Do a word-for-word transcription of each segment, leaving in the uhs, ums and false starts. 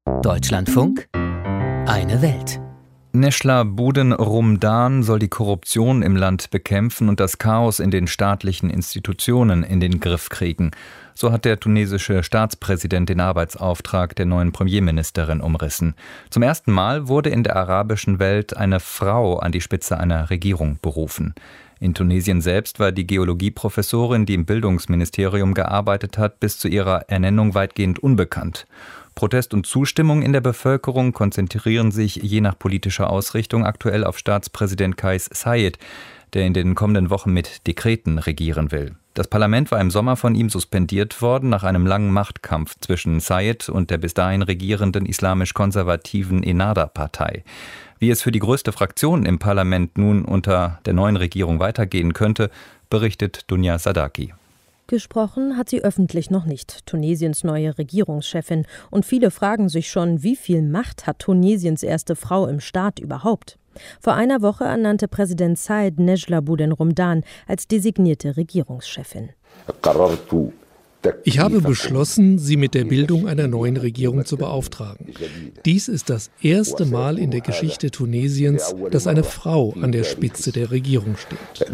Deutschlandfunk, eine Welt. Nejla Buden-Rumdan soll die Korruption im Land bekämpfen und das Chaos in den staatlichen Institutionen in den Griff kriegen. So hat der tunesische Staatspräsident den Arbeitsauftrag der neuen Premierministerin umrissen. Zum ersten Mal wurde in der arabischen Welt eine Frau an die Spitze einer Regierung berufen. In Tunesien selbst war die Geologieprofessorin, die im Bildungsministerium gearbeitet hat, bis zu ihrer Ernennung weitgehend unbekannt. Protest und Zustimmung in der Bevölkerung konzentrieren sich je nach politischer Ausrichtung aktuell auf Staatspräsident Kais Saied, der in den kommenden Wochen mit Dekreten regieren will. Das Parlament war im Sommer von ihm suspendiert worden nach einem langen Machtkampf zwischen Saied und der bis dahin regierenden islamisch-konservativen Ennahda-Partei. Wie es für die größte Fraktion im Parlament nun unter der neuen Regierung weitergehen könnte, berichtet Dunja Sadaki. Gesprochen hat sie öffentlich noch nicht, Tunesiens neue Regierungschefin. Und viele fragen sich schon, wie viel Macht hat Tunesiens erste Frau im Staat überhaupt? Vor einer Woche ernannte Präsident Saied Nejla Buden-Rumdan als designierte Regierungschefin. Ich habe beschlossen, sie mit der Bildung einer neuen Regierung zu beauftragen. Dies ist das erste Mal in der Geschichte Tunesiens, dass eine Frau an der Spitze der Regierung steht.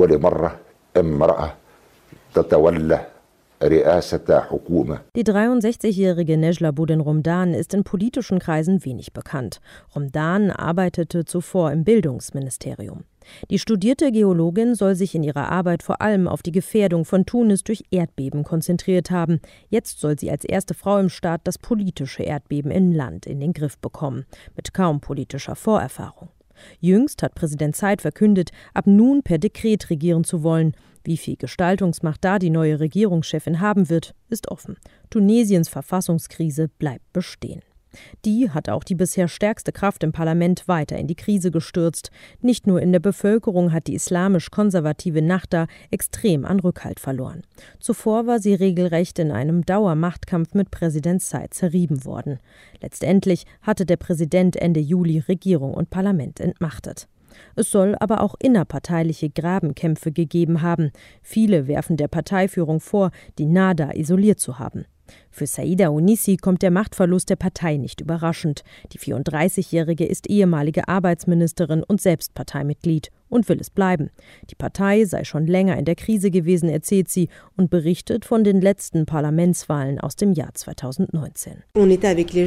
Die dreiundsechzigjährige Nejla Buden-Rumdan ist in politischen Kreisen wenig bekannt. Rumdan arbeitete zuvor im Bildungsministerium. Die studierte Geologin soll sich in ihrer Arbeit vor allem auf die Gefährdung von Tunis durch Erdbeben konzentriert haben. Jetzt soll sie als erste Frau im Staat das politische Erdbeben im Land in den Griff bekommen, mit kaum politischer Vorerfahrung. Jüngst hat Präsident Saied verkündet, ab nun per Dekret regieren zu wollen. Wie viel Gestaltungsmacht da die neue Regierungschefin haben wird, ist offen. Tunesiens Verfassungskrise bleibt bestehen. Die hat auch die bisher stärkste Kraft im Parlament weiter in die Krise gestürzt. Nicht nur in der Bevölkerung hat die islamisch-konservative Ennahda extrem an Rückhalt verloren. Zuvor war sie regelrecht in einem Dauermachtkampf mit Präsident Saied zerrieben worden. Letztendlich hatte der Präsident Ende Juli Regierung und Parlament entmachtet. Es soll aber auch innerparteiliche Grabenkämpfe gegeben haben. Viele werfen der Parteiführung vor, die Ennahda isoliert zu haben. Für Saïda Ounissi kommt der Machtverlust der Partei nicht überraschend. Die vierunddreißigjährige ist ehemalige Arbeitsministerin und selbst Parteimitglied und will es bleiben. Die Partei sei schon länger in der Krise gewesen, erzählt sie und berichtet von den letzten Parlamentswahlen aus dem Jahr zweitausendneunzehn. Wir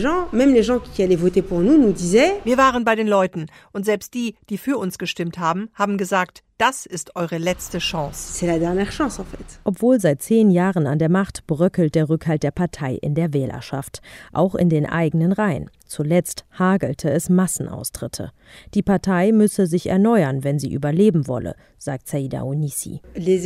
waren bei den Leuten und selbst die, die für uns gestimmt haben, haben gesagt, das ist eure letzte Chance. Obwohl seit zehn Jahren an der Macht, bröckelt der Rückhalt der Partei in der Wählerschaft, auch in den eigenen Reihen. Zuletzt hagelte es Massenaustritte. Die Partei müsse sich erneuern, wenn sie überleben wolle, sagt Saïda Ounissi.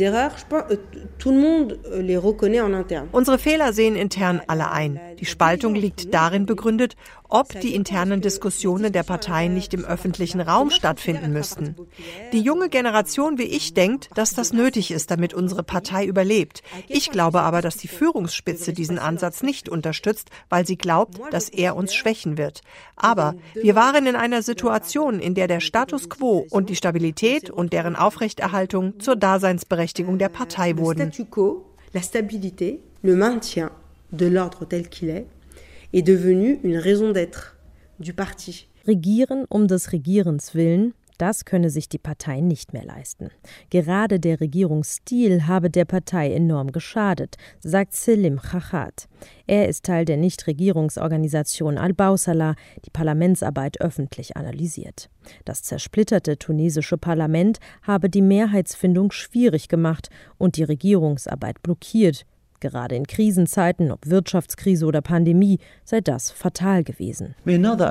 Unsere Fehler sehen intern alle ein. Die Spaltung liegt darin begründet, ob die internen Diskussionen der Partei nicht im öffentlichen Raum stattfinden müssten. Die junge Generation wie ich denkt, dass das nötig ist, damit unsere Partei überlebt. Ich glaube aber, dass die Führungsspitze diesen Ansatz nicht unterstützt, weil sie glaubt, dass er uns schwächen wird. Aber wir waren in einer Situation, in der der Status quo und die Stabilität und deren Aufrechterhaltung zur Daseinsberechtigung der Partei wurden. La stabilité, le maintien de l'ordre tel qu'il est, est devenu une raison d'être du parti. Regieren um des Regierens willen, das könne sich die Partei nicht mehr leisten. Gerade der Regierungsstil habe der Partei enorm geschadet, sagt Selim Chachat. Er ist Teil der Nichtregierungsorganisation Al-Bawsala, die Parlamentsarbeit öffentlich analysiert. Das zersplitterte tunesische Parlament habe die Mehrheitsfindung schwierig gemacht und die Regierungsarbeit blockiert. Gerade in Krisenzeiten, ob Wirtschaftskrise oder Pandemie, sei das fatal gewesen. Ennahda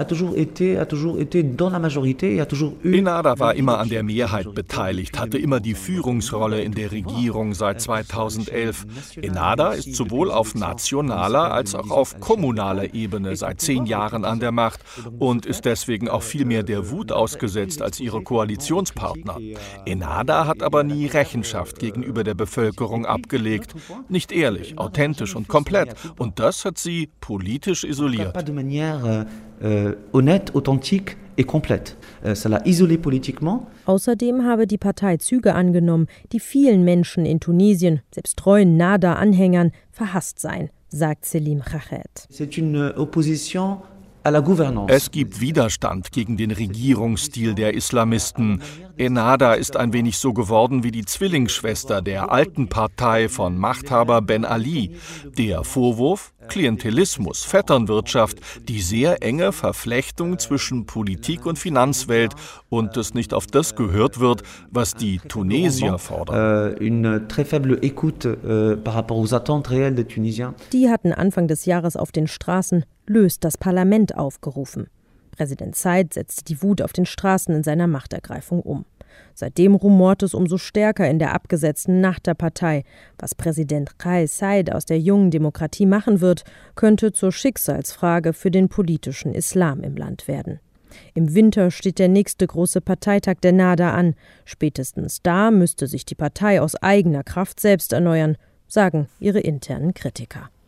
war immer an der Mehrheit beteiligt, hatte immer die Führungsrolle in der Regierung seit zweitausendelf. Ennahda ist sowohl auf nationaler als auch auf kommunaler Ebene seit zehn Jahren an der Macht und ist deswegen auch viel mehr der Wut ausgesetzt als ihre Koalitionspartner. Ennahda hat aber nie Rechenschaft gegenüber der Bevölkerung abgelegt, nicht ehrlich, authentisch und komplett. Und das hat sie politisch isoliert. Außerdem habe die Partei Züge angenommen, die vielen Menschen in Tunesien, selbst treuen Ennahda-Anhängern, verhasst seien, sagt Selim Chachat. C'est une opposition Es gibt Widerstand gegen den Regierungsstil der Islamisten. Ennahda ist ein wenig so geworden wie die Zwillingsschwester der alten Partei von Machthaber Ben Ali. Der Vorwurf? Klientelismus, Vetternwirtschaft, die sehr enge Verflechtung zwischen Politik und Finanzwelt und dass nicht auf das gehört wird, was die Tunesier fordern. Die hatten Anfang des Jahres auf den Straßen „Löst das Parlament" aufgerufen. Präsident Said setzte die Wut auf den Straßen in seiner Machtergreifung um. Seitdem rumort es umso stärker in der abgesetzten Nachterpartei. Was Präsident Kais Saied aus der jungen Demokratie machen wird, könnte zur Schicksalsfrage für den politischen Islam im Land werden. Im Winter steht der nächste große Parteitag der Nahda an. Spätestens da müsste sich die Partei aus eigener Kraft selbst erneuern, sagen ihre internen Kritiker.